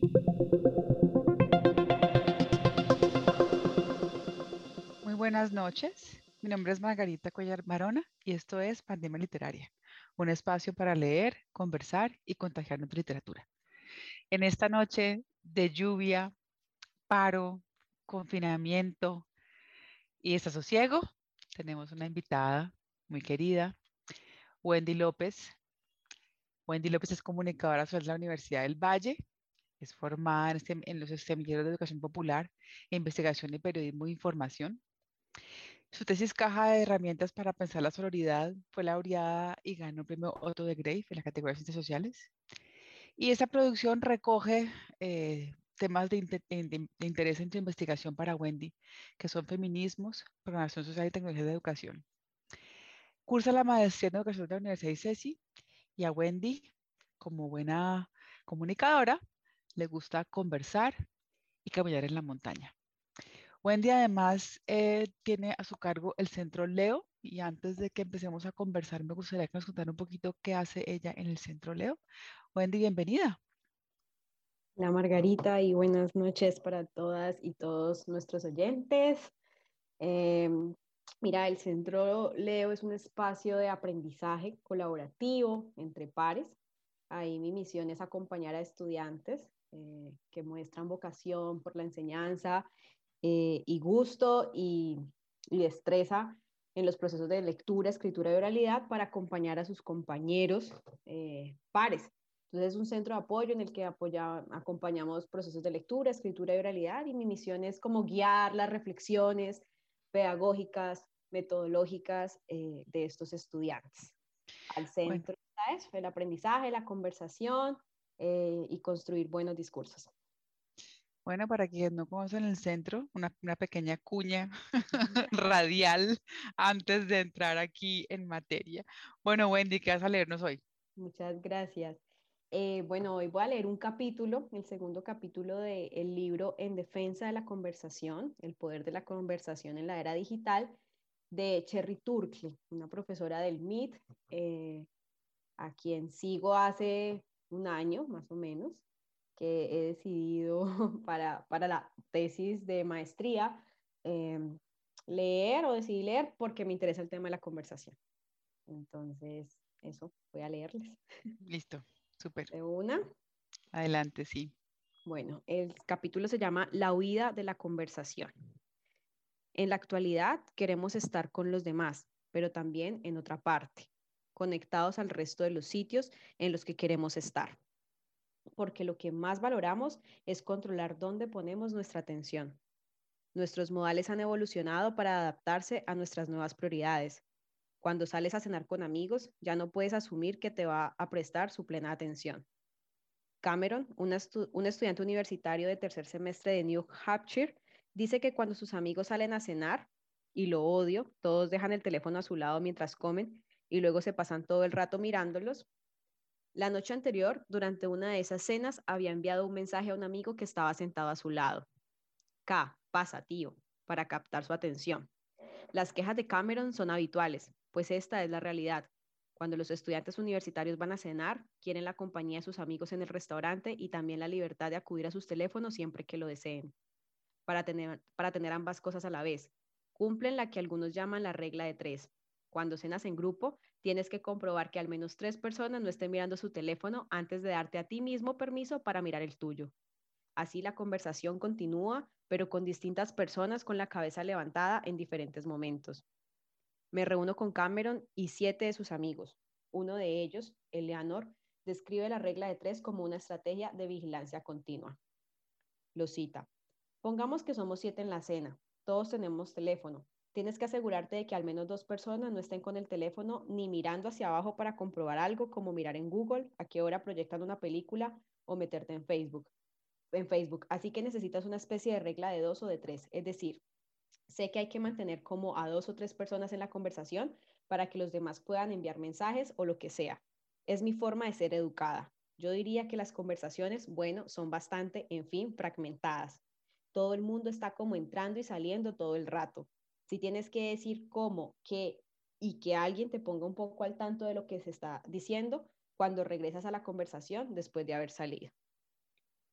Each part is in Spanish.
Muy buenas noches. Mi nombre es Margarita Cuellar Barona y esto es Pandemia Literaria, un espacio para leer, conversar y contagiarnos de literatura. En esta noche de lluvia, paro, confinamiento y desasosiego, tenemos una invitada muy querida, Wendy López. Wendy López es comunicadora social de la Universidad del Valle. Es formada en los semilleros de educación popular, e investigación y periodismo de información. Su tesis Caja de herramientas para pensar la sororidad fue laureada y ganó el premio Otto de Grey en la categoría de Ciencias Sociales. Y esta producción recoge temas de interés en su investigación para Wendy, que son feminismos, programación social y tecnología de educación. Cursa la maestría en educación de la Universidad de ICESI y a Wendy, como buena comunicadora, le gusta conversar y caminar en la montaña. Wendy además tiene a su cargo el Centro Leo y antes de que empecemos a conversar me gustaría que nos contara un poquito qué hace ella en el Centro Leo. Wendy, bienvenida. Hola Margarita y buenas noches para todas y todos nuestros oyentes. Eh, Mira, el Centro Leo es un espacio de aprendizaje colaborativo entre pares. Ahí mi misión es acompañar a estudiantes que muestran vocación por la enseñanza y gusto y destreza en los procesos de lectura, escritura y oralidad para acompañar a sus compañeros pares. Entonces es un centro de apoyo en el que acompañamos procesos de lectura, escritura y oralidad y mi misión es como guiar las reflexiones pedagógicas, metodológicas de estos estudiantes. Al Bueno, centro está eso, el aprendizaje, la conversación y construir buenos discursos. bueno, para quienes no conocen el centro, una pequeña cuña radial antes de entrar aquí en materia. Bueno, Wendy, ¿qué vas a leernos hoy? Muchas gracias. Bueno, hoy voy a leer un capítulo, el segundo capítulo del libro En defensa de la conversación, el poder de la conversación en la era digital, de Cherry Turkle, una profesora del MIT, a quien sigo hace un año más o menos, que he decidido para la tesis de maestría eh, leer o decidí leer porque me interesa el tema de la conversación. Entonces, eso, voy a leerles. Listo, súper. De una. Adelante, sí. Bueno, el capítulo se llama La huida de la conversación. En la actualidad queremos estar con los demás, pero también en otra parte, conectados al resto de los sitios en los que queremos estar, porque lo que más valoramos es controlar dónde ponemos nuestra atención. Nuestros modales han evolucionado para adaptarse a nuestras nuevas prioridades. Cuando sales a cenar con amigos, ya no puedes asumir que te va a prestar su plena atención. Cameron, un estudiante universitario de tercer semestre de New Hampshire, dice que cuando sus amigos salen a cenar, y lo odio, todos dejan el teléfono a su lado mientras comen y luego se pasan todo el rato mirándolos. La noche anterior, durante una de esas cenas, había enviado un mensaje a un amigo que estaba sentado a su lado. K, pasa, tío, para captar su atención. Las quejas de Cameron son habituales, pues esta es la realidad. Cuando los estudiantes universitarios van a cenar, quieren la compañía de sus amigos en el restaurante y también la libertad de acudir a sus teléfonos siempre que lo deseen, para tener ambas cosas a la vez. Cumplen la que algunos llaman la regla de tres. Cuando cenas en grupo, tienes que comprobar que al menos tres personas no estén mirando su teléfono antes de darte a ti mismo permiso para mirar el tuyo. Así la conversación continúa, pero con distintas personas con la cabeza levantada en diferentes momentos. Me reúno con Cameron y 7 de sus amigos. Uno de ellos, Eleanor, describe la regla de tres como una estrategia de vigilancia continua. Lo cita. Pongamos que somos 7 en la cena. Todos tenemos teléfono. Tienes que asegurarte de que al menos dos personas no estén con el teléfono ni mirando hacia abajo para comprobar algo como mirar en Google a qué hora proyectan una película o meterte en Facebook. Así que necesitas una especie de regla de dos o de tres. Es decir, sé que hay que mantener como a dos o tres personas en la conversación para que los demás puedan enviar mensajes o lo que sea. Es mi forma de ser educada. Yo diría que las conversaciones, bueno, son bastante, en fin, fragmentadas. Todo el mundo está como entrando y saliendo todo el rato. Si tienes que decir cómo, qué y que alguien te ponga un poco al tanto de lo que se está diciendo cuando regresas a la conversación después de haber salido.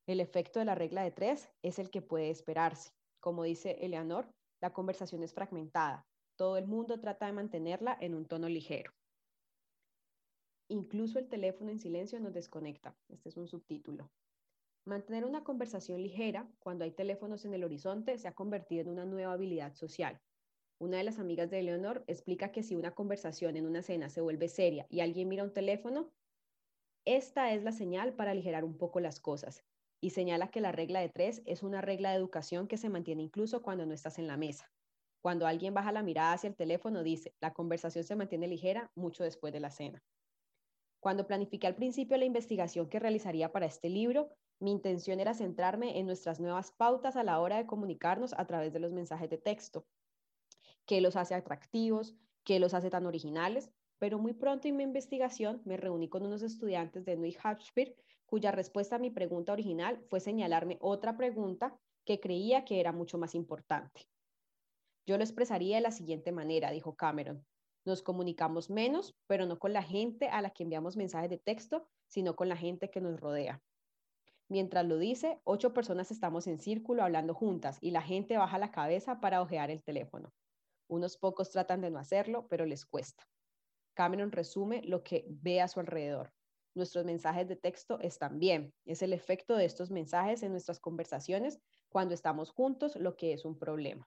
El efecto de la regla de 3 es el que puede esperarse. Como dice Eleanor, la conversación es fragmentada. Todo el mundo trata de mantenerla en un tono ligero. Incluso el teléfono en silencio nos desconecta. Este es un subtítulo. Mantener una conversación ligera cuando hay teléfonos en el horizonte se ha convertido en una nueva habilidad social. Una de las amigas de Eleanor explica que si una conversación en una cena se vuelve seria y alguien mira un teléfono, esta es la señal para aligerar un poco las cosas. Y señala que la regla de 3 es una regla de educación que se mantiene incluso cuando no estás en la mesa. Cuando alguien baja la mirada hacia el teléfono, dice, la conversación se mantiene ligera mucho después de la cena. Cuando planifiqué al principio la investigación que realizaría para este libro, mi intención era centrarme en nuestras nuevas pautas a la hora de comunicarnos a través de los mensajes de texto, qué los hace atractivos, qué los hace tan originales, pero muy pronto en mi investigación me reuní con unos estudiantes de New Hampshire cuya respuesta a mi pregunta original fue señalarme otra pregunta que creía que era mucho más importante. Yo lo expresaría de la siguiente manera, dijo Cameron. Nos comunicamos menos, pero no con la gente a la que enviamos mensajes de texto, sino con la gente que nos rodea. Mientras lo dice, 8 personas estamos en círculo hablando juntas y la gente baja la cabeza para ojear el teléfono. Unos pocos tratan de no hacerlo, pero les cuesta. Cameron resume lo que ve a su alrededor. Nuestros mensajes de texto están bien. Es el efecto de estos mensajes en nuestras conversaciones cuando estamos juntos lo que es un problema.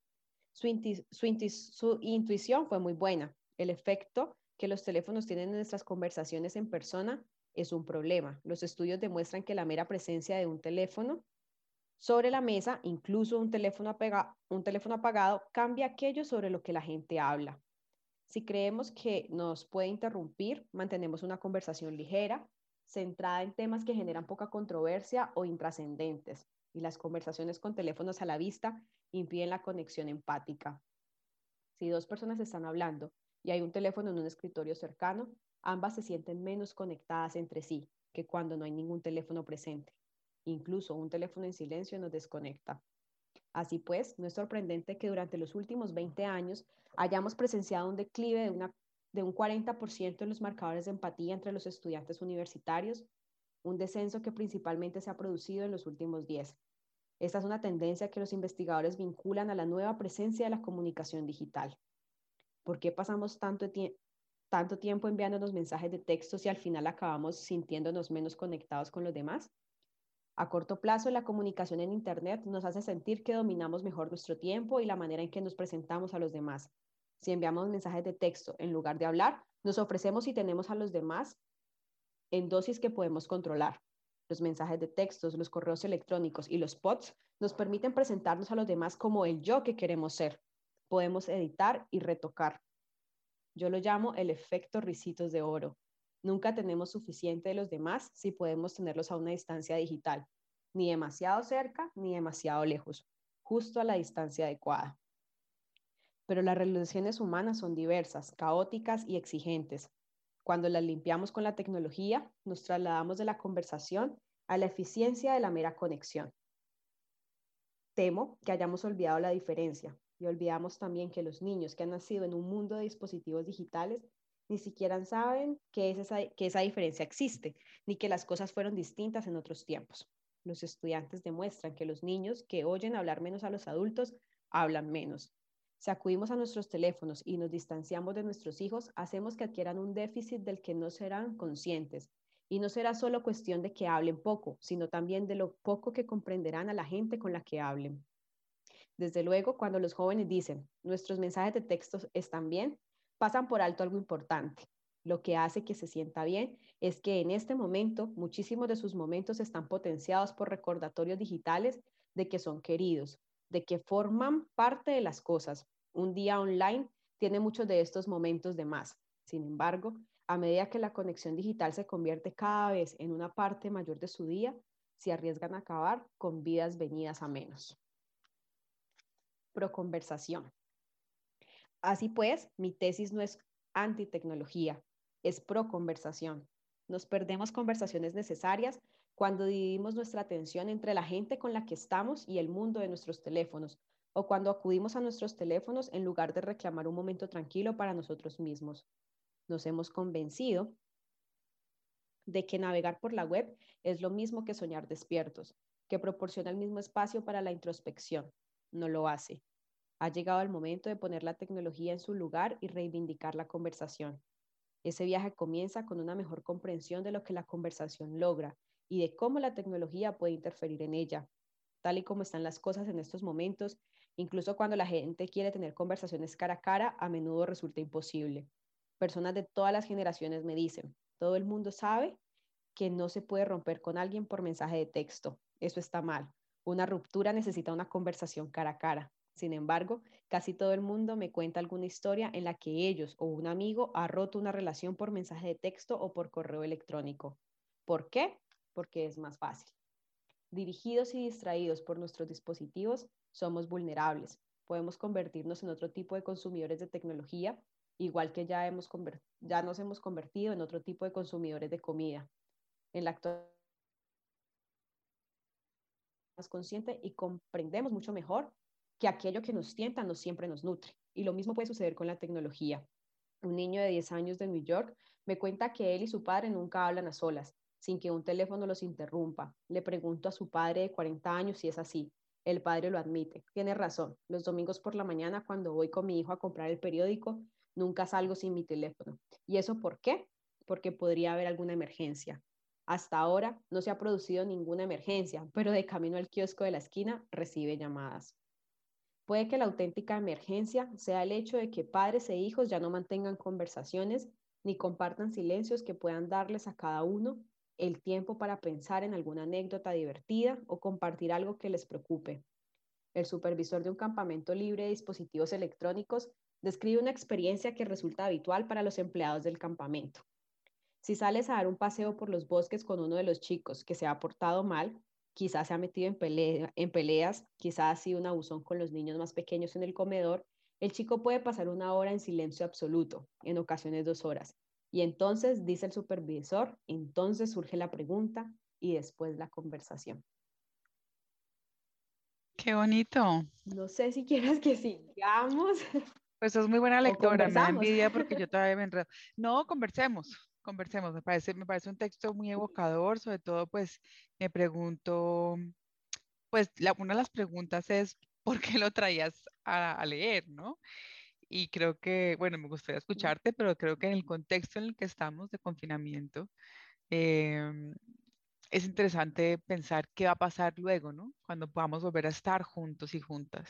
Su intuición fue muy buena. El efecto que los teléfonos tienen en nuestras conversaciones en persona es un problema. Los estudios demuestran que la mera presencia de un teléfono sobre la mesa, incluso un teléfono apagado, cambia aquello sobre lo que la gente habla. Si creemos que nos puede interrumpir, mantenemos una conversación ligera, centrada en temas que generan poca controversia o intrascendentes. Y las conversaciones con teléfonos a la vista impiden la conexión empática. Si 2 personas están hablando y hay un teléfono en un escritorio cercano, ambas se sienten menos conectadas entre sí que cuando no hay ningún teléfono presente. Incluso un teléfono en silencio nos desconecta. Así pues, no es sorprendente que durante los últimos 20 años hayamos presenciado un declive de un 40% en los marcadores de empatía entre los estudiantes universitarios, un descenso que principalmente se ha producido en los últimos 10. Esta es una tendencia que los investigadores vinculan a la nueva presencia de la comunicación digital. ¿Por qué pasamos tanto tiempo enviándonos mensajes de texto si al final acabamos sintiéndonos menos conectados con los demás? A corto plazo, la comunicación en Internet nos hace sentir que dominamos mejor nuestro tiempo y la manera en que nos presentamos a los demás. Si enviamos mensajes de texto en lugar de hablar, nos ofrecemos y tenemos a los demás en dosis que podemos controlar. Los mensajes de textos, los correos electrónicos y los bots nos permiten presentarnos a los demás como el yo que queremos ser. Podemos editar y retocar. Yo lo llamo el efecto ricitos de oro. Nunca tenemos suficiente de los demás si podemos tenerlos a una distancia digital, ni demasiado cerca ni demasiado lejos, justo a la distancia adecuada. Pero las relaciones humanas son diversas, caóticas y exigentes. Cuando las limpiamos con la tecnología, nos trasladamos de la conversación a la eficiencia de la mera conexión. Temo que hayamos olvidado la diferencia y olvidamos también que los niños que han nacido en un mundo de dispositivos digitales ni siquiera saben que esa diferencia existe, ni que las cosas fueron distintas en otros tiempos. Los estudiantes demuestran que los niños que oyen hablar menos a los adultos hablan menos. Si acudimos a nuestros teléfonos y nos distanciamos de nuestros hijos, hacemos que adquieran un déficit del que no serán conscientes. Y no será solo cuestión de que hablen poco, sino también de lo poco que comprenderán a la gente con la que hablen. Desde luego, cuando los jóvenes dicen, nuestros mensajes de texto están bien, pasan por alto algo importante. Lo que hace que se sienta bien es que en este momento muchísimos de sus momentos están potenciados por recordatorios digitales de que son queridos, de que forman parte de las cosas. Un día online tiene muchos de estos momentos de más. Sin embargo, a medida que la conexión digital se convierte cada vez en una parte mayor de su día, se arriesgan a acabar con vidas venidas a menos. Proconversación. Así pues, mi tesis no es antitecnología, es proconversación. Nos perdemos conversaciones necesarias cuando dividimos nuestra atención entre la gente con la que estamos y el mundo de nuestros teléfonos, o cuando acudimos a nuestros teléfonos en lugar de reclamar un momento tranquilo para nosotros mismos. Nos hemos convencido de que navegar por la web es lo mismo que soñar despiertos, que proporciona el mismo espacio para la introspección. No lo hace. Ha llegado el momento de poner la tecnología en su lugar y reivindicar la conversación. Ese viaje comienza con una mejor comprensión de lo que la conversación logra y de cómo la tecnología puede interferir en ella. Tal y como están las cosas en estos momentos, incluso cuando la gente quiere tener conversaciones cara a cara, a menudo resulta imposible. Personas de todas las generaciones me dicen, todo el mundo sabe que no se puede romper con alguien por mensaje de texto. Eso está mal. Una ruptura necesita una conversación cara a cara. Sin embargo, casi todo el mundo me cuenta alguna historia en la que ellos o un amigo ha roto una relación por mensaje de texto o por correo electrónico. ¿Por qué? Porque es más fácil. Dirigidos y distraídos por nuestros dispositivos, somos vulnerables. Podemos convertirnos en otro tipo de consumidores de tecnología, igual que ya nos hemos convertido en otro tipo de consumidores de comida. En la actualidad más consciente y comprendemos mucho mejor que aquello que nos tienta no siempre nos nutre. Y lo mismo puede suceder con la tecnología. Un niño de 10 años de New York me cuenta que él y su padre nunca hablan a solas, sin que un teléfono los interrumpa. Le pregunto a su padre de 40 años si es así. El padre lo admite. Tiene razón. Los domingos por la mañana, cuando voy con mi hijo a comprar el periódico, nunca salgo sin mi teléfono. ¿Y eso por qué? Porque podría haber alguna emergencia. Hasta ahora no se ha producido ninguna emergencia, pero de camino al kiosco de la esquina recibe llamadas. Puede que la auténtica emergencia sea el hecho de que padres e hijos ya no mantengan conversaciones ni compartan silencios que puedan darles a cada uno el tiempo para pensar en alguna anécdota divertida o compartir algo que les preocupe. El supervisor de un campamento libre de dispositivos electrónicos describe una experiencia que resulta habitual para los empleados del campamento. Si sales a dar un paseo por los bosques con uno de los chicos que se ha portado mal, quizás se ha metido en peleas, quizás ha sido un abusón con los niños más pequeños en el comedor, el chico puede pasar una hora en silencio absoluto, en ocasiones 2 horas. Y entonces, dice el supervisor, entonces surge la pregunta y después la conversación. Qué bonito. No sé si quieres que sigamos Pues es muy buena o lectora, me da conversamos. envidia porque yo todavía me enredo. No, conversemos, me parece un texto muy evocador, sobre todo pues me pregunto, pues una de las preguntas es, ¿por qué lo traías a leer, no? Y creo que, bueno, me gustaría escucharte, pero creo que en el contexto en el que estamos de confinamiento, em, es interesante pensar qué va a pasar luego, ¿no? Cuando podamos volver a estar juntos y juntas.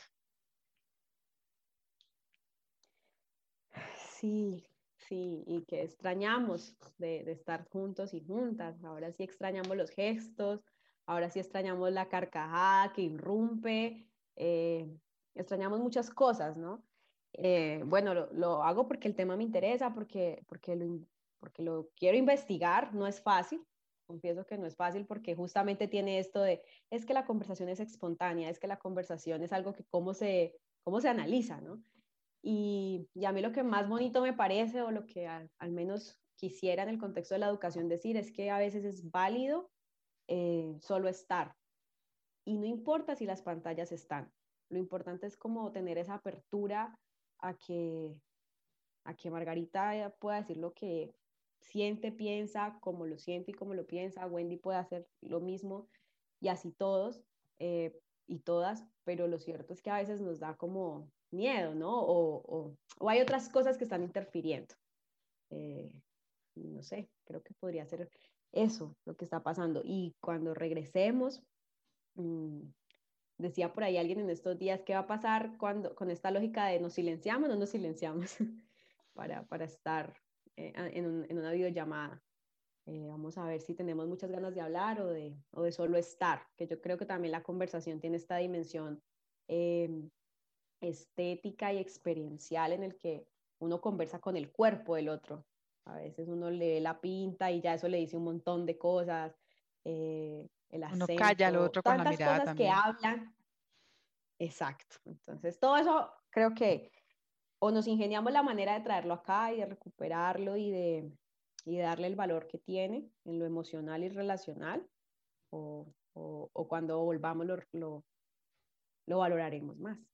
Sí, sí, y que extrañamos de estar juntos y juntas. Ahora sí extrañamos los gestos, ahora sí extrañamos la carcajada que irrumpe, extrañamos muchas cosas, ¿no? Bueno, lo hago porque el tema me interesa, porque lo quiero investigar, no es fácil. Confieso que no es fácil porque justamente tiene esto de, es que la conversación es espontánea, es que la conversación es algo que cómo se analiza, ¿no? Y a mí lo que más bonito me parece, o lo que al menos quisiera en el contexto de la educación decir, es que a veces es válido solo estar. Y no importa si las pantallas están. Lo importante es como tener esa apertura a que, a que Margarita pueda decir lo que siente, piensa, como lo siente y como lo piensa. Wendy puede hacer lo mismo y así todos y todas, pero lo cierto es que a veces nos da como miedo, ¿no? O hay otras cosas que están interfiriendo. Eh, no sé, creo que podría ser eso lo que está pasando. Y cuando regresemos, mmm, decía por ahí alguien en estos días, ¿qué va a pasar cuando con esta lógica de nos silenciamos o no nos silenciamos para estar en una videollamada? Vamos a ver si tenemos muchas ganas de hablar o de solo estar, que yo creo que también la conversación tiene esta dimensión eh, estética y experiencial en el que uno conversa con el cuerpo del otro. A veces uno lee la pinta y ya eso le dice un montón de cosas, el Uno calla al acento, otro con la tantas mirada cosas que también. hablan. Exacto. Entonces, todo eso creo que o nos ingeniamos la manera de traerlo acá y de recuperarlo y de darle el valor que tiene en lo emocional y relacional, o cuando volvamos lo valoraremos más.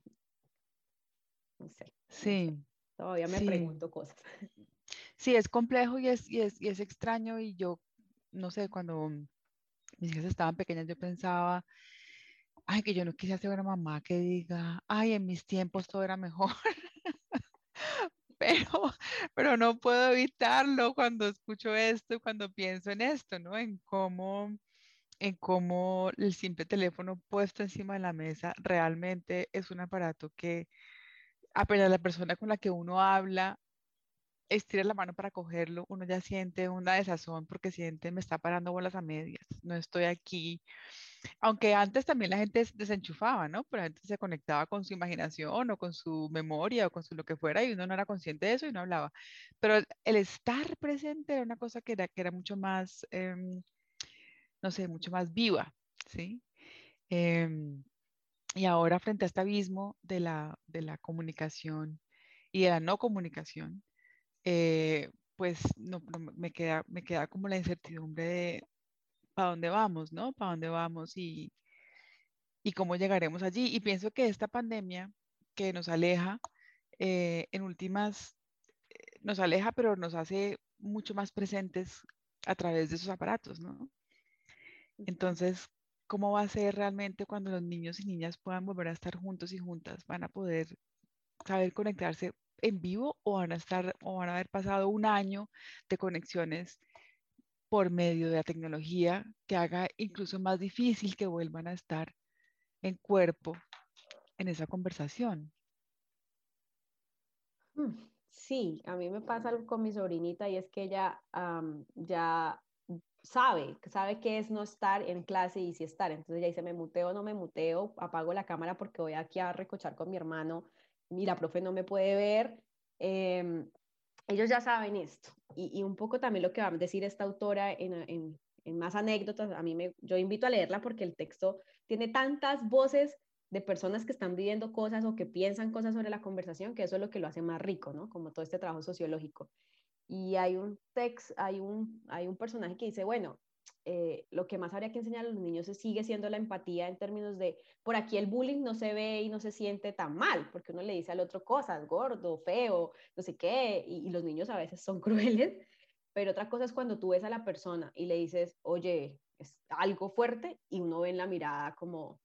No sé, no sé. Sí, Todavía me sí. pregunto cosas. Sí, es complejo y es extraño y yo no sé, cuando mis hijas estaban pequeñas, yo pensaba, ay, que yo no quisiera ser una mamá que diga, ay, en mis tiempos todo era mejor, pero, pero no puedo evitarlo cuando escucho esto, cuando pienso en esto, ¿no? En cómo el simple teléfono puesto encima de la mesa realmente es un aparato que apenas la persona con la que uno habla estira la mano para cogerlo, uno ya siente una desazón porque siente me está parando bolas a medias, no estoy aquí. Aunque antes también la gente desenchufaba, ¿no? Pero la gente se conectaba con su imaginación o con su memoria o con su lo que fuera y uno no era consciente de eso y no hablaba. Pero el estar presente era una cosa que era mucho más, no sé, mucho más viva, ¿sí? Em, y ahora frente a este abismo de la comunicación y de la no comunicación, pues me queda como la incertidumbre de para dónde vamos, ¿no? ¿Para dónde vamos y cómo llegaremos allí? Y pienso que esta pandemia que nos aleja, en últimas, nos aleja, pero nos hace mucho más presentes a través de esos aparatos, ¿no? Ujú. Entonces, ¿cómo va a ser realmente cuando los niños y niñas puedan volver a estar juntos y juntas? ¿Van a poder saber conectarse en vivo o van a estar o van a haber pasado un año de conexiones por medio de la tecnología que haga incluso más difícil que vuelvan a estar en cuerpo en esa conversación? Mm, Sí, a mí me pasa algo con mi sobrinita y es que ella ya sabe qué es no estar en clase y sí estar. Entonces ella dice, me muteo, no me muteo, apago la cámara porque voy aquí a recochar con mi hermano y la profe no me puede ver. Em, Ellos ya saben esto. Y un poco también lo que va a decir esta autora en más anécdotas, yo invito a leerla porque el texto tiene tantas voces de personas que están viviendo cosas o que piensan cosas sobre la conversación, que eso es lo que lo hace más rico, ¿no? Como todo este trabajo sociológico. Y hay un personaje que dice, bueno, lo que más habría que enseñar a los niños sigue siendo la empatía en términos de, por aquí el bullying no se ve y no se siente tan mal, porque uno le dice al otro cosas, gordo, feo, no sé qué, y los niños a veces son crueles, pero otra cosa es cuando tú ves a la persona y le dices, oye, es algo fuerte, y uno ve en la mirada como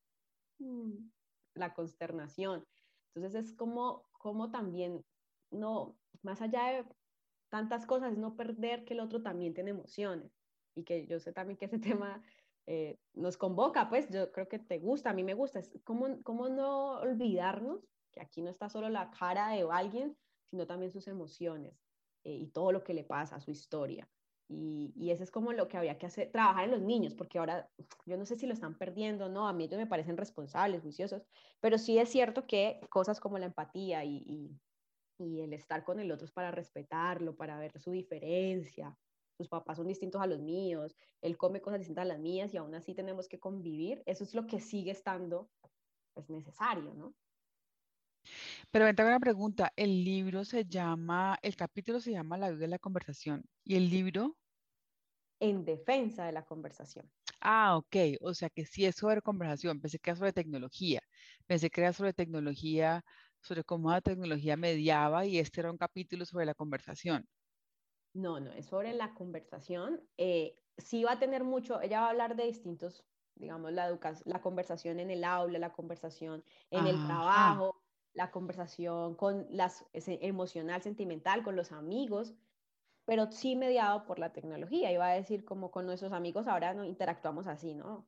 la consternación. Entonces es como también, no, más allá de tantas cosas, es no perder que el otro también tiene emociones y que yo sé también que ese tema nos convoca, pues yo creo que te gusta, a mí me gusta, es como no olvidarnos que aquí no está solo la cara de alguien, sino también sus emociones y todo lo que le pasa, su historia. Y eso es como lo que había que hacer, trabajar en los niños, porque ahora yo no sé si lo están perdiendo, ¿no? A mí ellos me parecen responsables, juiciosos, pero sí es cierto que cosas como la empatía y el estar con el otro es para respetarlo, para ver su diferencia. Sus papás son distintos a los míos, él come cosas distintas a las mías y aún así tenemos que convivir. Eso es lo que sigue estando pues, necesario, ¿no? Pero ven, tengo una pregunta. El libro se llama, el capítulo se llama La vida de la conversación. ¿Y el libro? En defensa de la conversación. Ah, ok. O sea que sí es sobre conversación. Pensé que era sobre tecnología. Pensé que era sobre tecnología, sobre cómo la tecnología mediaba y este era un capítulo sobre la conversación. No, no, es sobre la conversación. Sí va a tener mucho, ella va a hablar de distintos, digamos, la conversación en el aula, la conversación en el Ajá. trabajo, la conversación con emocional, sentimental, con los amigos, pero sí mediado por la tecnología. Iba a decir como con nuestros amigos ahora no interactuamos así, ¿no?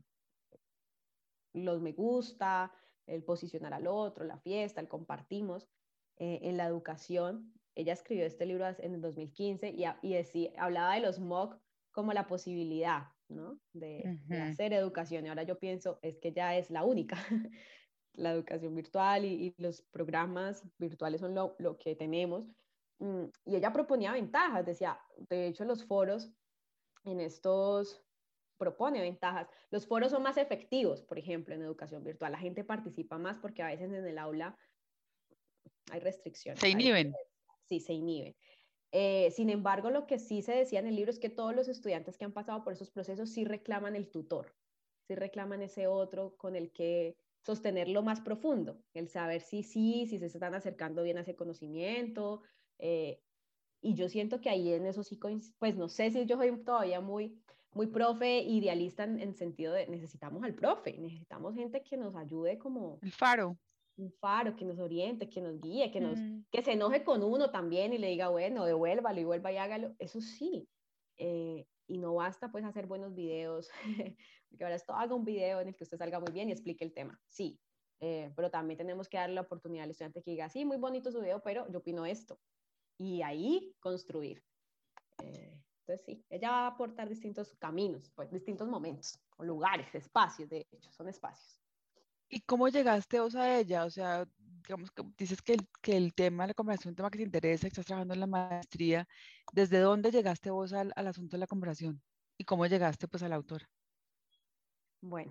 Los me gusta, el posicionar al otro, la fiesta, el compartimos. En la educación, ella escribió este libro en el 2015 hablaba de los MOOC como la posibilidad, ¿no? De Ujú. hacer educación. Y ahora yo pienso, es que ya es la única. La educación virtual y los programas virtuales son lo que tenemos. Y ella proponía ventajas, decía, de hecho los foros en estos propone ventajas. Los foros son más efectivos, por ejemplo, en educación virtual. La gente participa más porque a veces en el aula hay Se restricciones, inhiben. sí, se inhiben. Sin embargo, lo que sí se decía en el libro es que todos los estudiantes que han pasado por esos procesos sí reclaman el tutor, sí reclaman ese otro con el que sostener lo más profundo, el saber si sí, si se están acercando bien a ese conocimiento, eh, Y yo siento que ahí en eso sí, pues no sé si yo soy todavía muy profe, idealista en sentido de necesitamos al profe, necesitamos gente que nos ayude como El faro. un faro, que nos oriente, que nos guíe, Mm. que se enoje con uno también y le diga, bueno, devuélvalo y vuelva y hágalo. Eso sí. Y no basta pues hacer buenos videos, porque ahora esto haga un video en el que usted salga muy bien y explique el tema. Sí, pero también tenemos que darle la oportunidad al estudiante que diga, sí, muy bonito su video, pero yo opino esto. Y ahí construir. Entonces sí, ella va a aportar distintos caminos, pues distintos momentos, o lugares, espacios, de hecho, son espacios. ¿Y cómo llegaste vos a ella? O sea, digamos que dices que el tema de la conversación es un tema que te interesa, que estás trabajando en la maestría. ¿Desde dónde llegaste vos al asunto de la conversación? ¿Y cómo llegaste pues al autor? Bueno,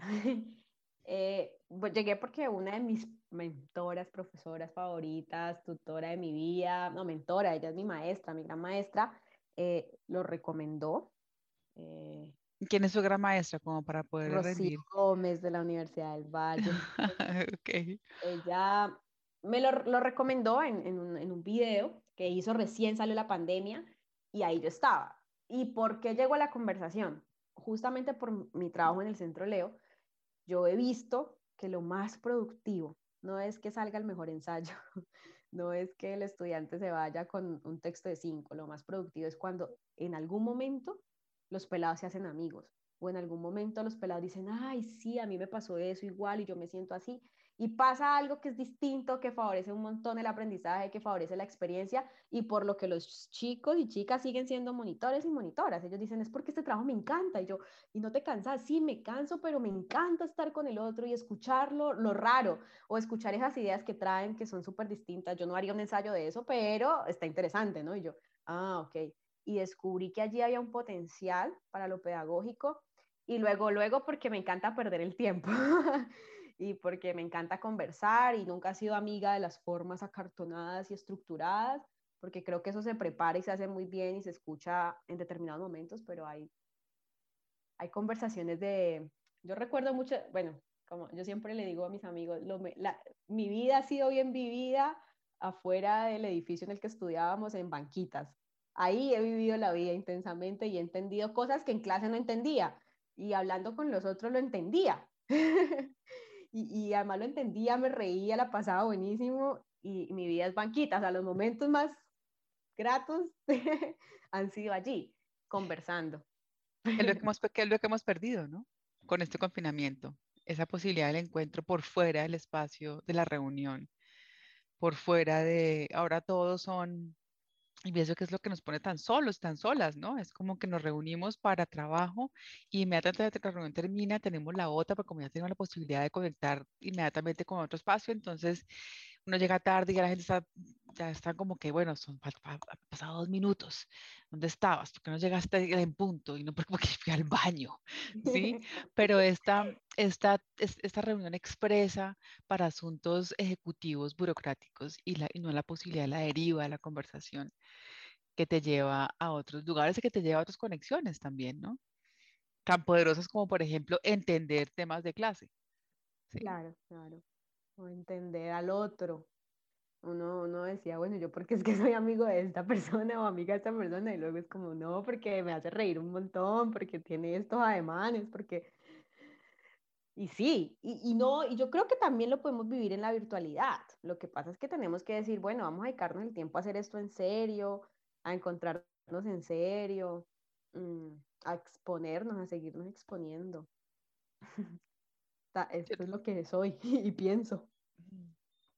pues llegué porque una de mis mentoras, profesoras favoritas, tutora de mi vida, no mentora, ella es mi maestra, mi gran maestra, lo recomendó. eh, ¿Quién es su gran maestra como para poder Rocío rendir? Gómez de la Universidad del Valle. Ok. Ella me lo recomendó en un video que hizo recién salió la pandemia y ahí yo estaba. ¿Y por qué llegó a la conversación? Justamente por mi trabajo en el Centro Leo, yo he visto que lo más productivo no es que salga el mejor ensayo, no es que el estudiante se vaya con un texto de 5, lo más productivo es cuando en algún momento los pelados se hacen amigos o en algún momento los pelados dicen, ay, sí, a mí me pasó eso igual y yo me siento así. Y pasa algo que es distinto, que favorece un montón el aprendizaje, que favorece la experiencia y por lo que los chicos y chicas siguen siendo monitores y monitoras. Ellos dicen, es porque este trabajo me encanta. Y yo, y no te cansas, sí, me canso, pero me encanta estar con el otro y escucharlo, lo raro, o escuchar esas ideas que traen que son súper distintas. Yo no haría un ensayo de eso, pero está interesante, ¿no? Y yo, ok. Y descubrí que allí había un potencial para lo pedagógico y luego porque me encanta perder el tiempo. Y porque me encanta conversar y nunca he sido amiga de las formas acartonadas y estructuradas, porque creo que eso se prepara y se hace muy bien y se escucha en determinados momentos, pero hay conversaciones yo recuerdo mucho, bueno, como yo siempre le digo a mis amigos, mi vida ha sido bien vivida afuera del edificio en el que estudiábamos en banquitas. Ahí he vivido la vida intensamente y he entendido cosas que en clase no entendía y hablando con los otros lo entendía. Y además lo entendía, me reía, la pasaba buenísimo y mi vida es banquita, o sea, los momentos más gratos han sido allí, conversando. ¿Qué es lo que hemos perdido, ¿no? Con este confinamiento. Esa posibilidad del encuentro por fuera del espacio de la reunión, por fuera de, ahora todos son, y pienso que es lo que nos pone tan solos, tan solas, ¿no? Es como que nos reunimos para trabajo y inmediatamente que la reunión termina, tenemos la otra, porque como ya tenemos la posibilidad de conectar inmediatamente con otro espacio, entonces uno llega tarde y ya la gente está, ya está como que, bueno, han pasado 2 minutos. ¿Dónde estabas? ¿Por qué no llegaste en punto? Y no porque fui al baño, ¿sí? Pero esta reunión expresa para asuntos ejecutivos burocráticos y no la posibilidad de la deriva de la conversación que te lleva a otros lugares y que te lleva a otras conexiones también, ¿no? Tan poderosas como, por ejemplo, entender temas de clase, ¿sí? Claro, claro. O entender al otro. Uno decía, bueno, yo porque es que soy amigo de esta persona o amiga de esta persona y luego es como, no, porque me hace reír un montón, porque tiene estos ademanes, porque... Y sí, y no, y yo creo que también lo podemos vivir en la virtualidad. Lo que pasa es que tenemos que decir, bueno, vamos a dedicarnos el tiempo a hacer esto en serio, a encontrarnos en serio, a exponernos, a seguirnos exponiendo. Esto es lo que soy y pienso. Ujú.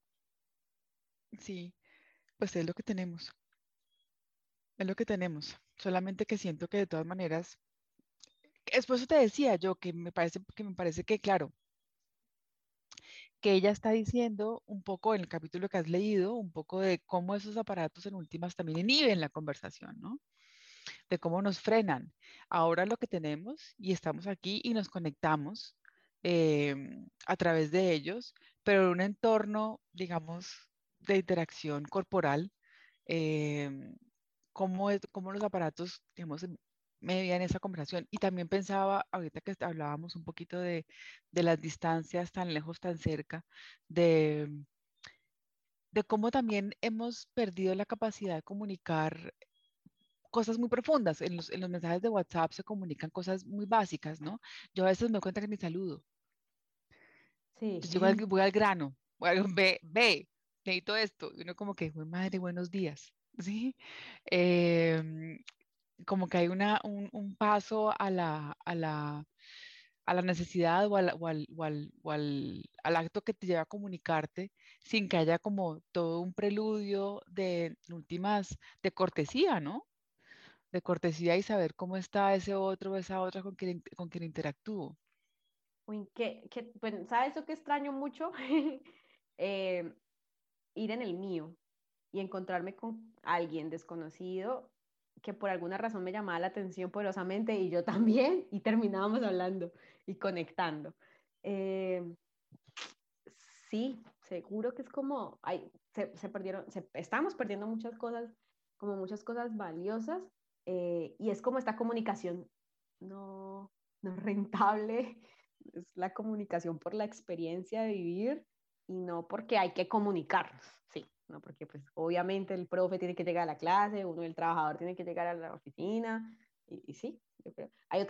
Sí, pues es lo que tenemos, es lo que tenemos. Solamente que siento que de todas maneras, es por eso te decía yo que me parece que, claro, que ella está diciendo un poco en el capítulo que has leído, un poco de cómo esos aparatos en últimas también inhiben la conversación, ¿no? De cómo nos frenan. Ahora lo que tenemos y estamos aquí y nos conectamos eh, a través de ellos, pero en un entorno, digamos, de interacción corporal, eh, cómo los aparatos, digamos, median esa conversación. Y también pensaba, ahorita que hablábamos un poquito de las distancias tan lejos, tan cerca, de, de cómo también hemos perdido la capacidad de comunicar cosas muy profundas. En los mensajes de WhatsApp se comunican cosas muy básicas, ¿no? Yo a veces me doy cuenta que ni saludo. Sí. Pues voy al grano, ve, necesito esto. Y uno como que, "Uy, madre, buenos días", ¿sí? Em, Como que hay un paso a la necesidad al acto que te lleva a comunicarte sin que haya como todo un preludio de en últimas, de cortesía, ¿no? De cortesía y saber cómo está ese otro o esa otra con quien interactúo. Uy, bueno, ¿sabes eso que extraño mucho? Eh, Ir en el mío y encontrarme con alguien desconocido que por alguna razón me llamaba la atención poderosamente y yo también, y terminábamos hablando y conectando. Eh, sí, seguro que es como, se perdieron, estamos perdiendo muchas cosas, como muchas cosas valiosas, y es como esta comunicación no, no rentable, es la comunicación por la experiencia de vivir y no porque hay que comunicarnos, sí, no porque pues obviamente el profe tiene que llegar a la clase, uno el trabajador tiene que llegar a la oficina, y sí, yo creo.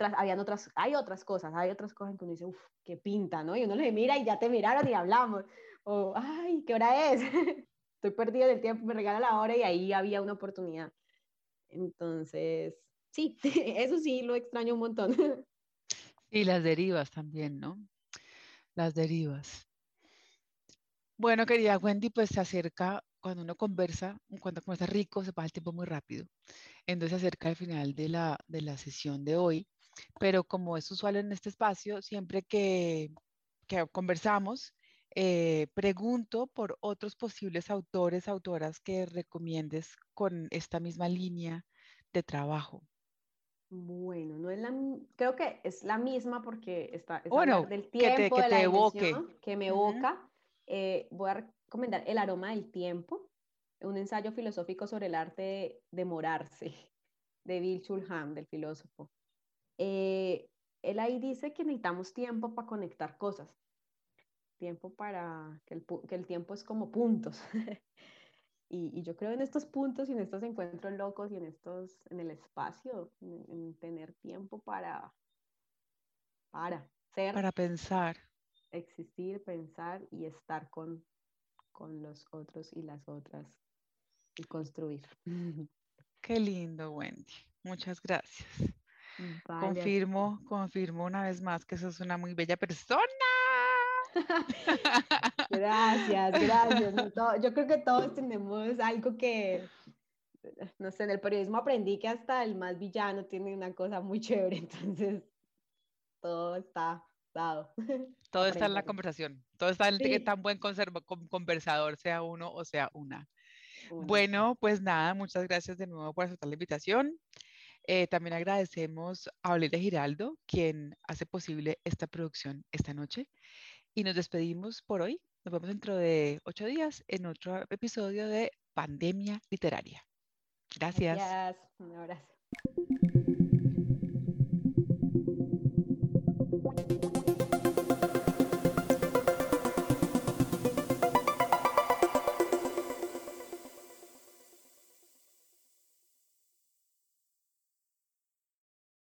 Hay otras cosas en que uno dice, uff, qué pinta, ¿no? Y uno le mira y ya te miraron y hablamos. O, ay, ¿qué hora es? Estoy perdido del tiempo, me regala la hora y ahí había una oportunidad. Entonces, sí, eso sí lo extraño un montón. Y las derivas también, ¿no? Las derivas. Bueno, querida Wendy, pues se acerca, cuando conversa rico, se pasa el tiempo muy rápido. Entonces se acerca al final de la sesión de hoy, pero como es usual en este espacio, siempre que conversamos, pregunto por otros posibles autores, autoras que recomiendes con esta misma línea de trabajo. Bueno, no es creo que es la misma porque es hablar Bueno, del tiempo, que de la te evoque. dimensión que me Ujú. evoca. Voy a recomendar El aroma del tiempo, un ensayo filosófico sobre el arte de demorarse, de Bill Schulham, del filósofo. Eh, Él ahí dice que necesitamos tiempo para conectar cosas, tiempo para que el tiempo es como puntos. Y yo creo en estos puntos y en estos encuentros locos y en el espacio, en tener tiempo para ser, Para pensar. existir, pensar y estar con los otros y las otras y construir. Qué lindo, Wendy. Muchas gracias. Vale. Confirmo una vez más que sos una muy bella persona. Gracias, gracias. No, yo creo que todos tenemos algo que, no sé, en el periodismo aprendí que hasta el más villano tiene una cosa muy chévere, entonces todo está dado para Todo está en la aprenderlo. conversación. Todo está en qué Sí, tan buen conversador sea uno o sea una. uno sí. Bueno, pues nada, muchas gracias de nuevo por aceptar la invitación. También agradecemos a Valeria Giraldo, quien hace posible esta producción esta noche. Y nos despedimos por hoy. Nos vemos dentro de 8 días en otro episodio de Pandemia Literaria. Gracias. Gracias, un abrazo.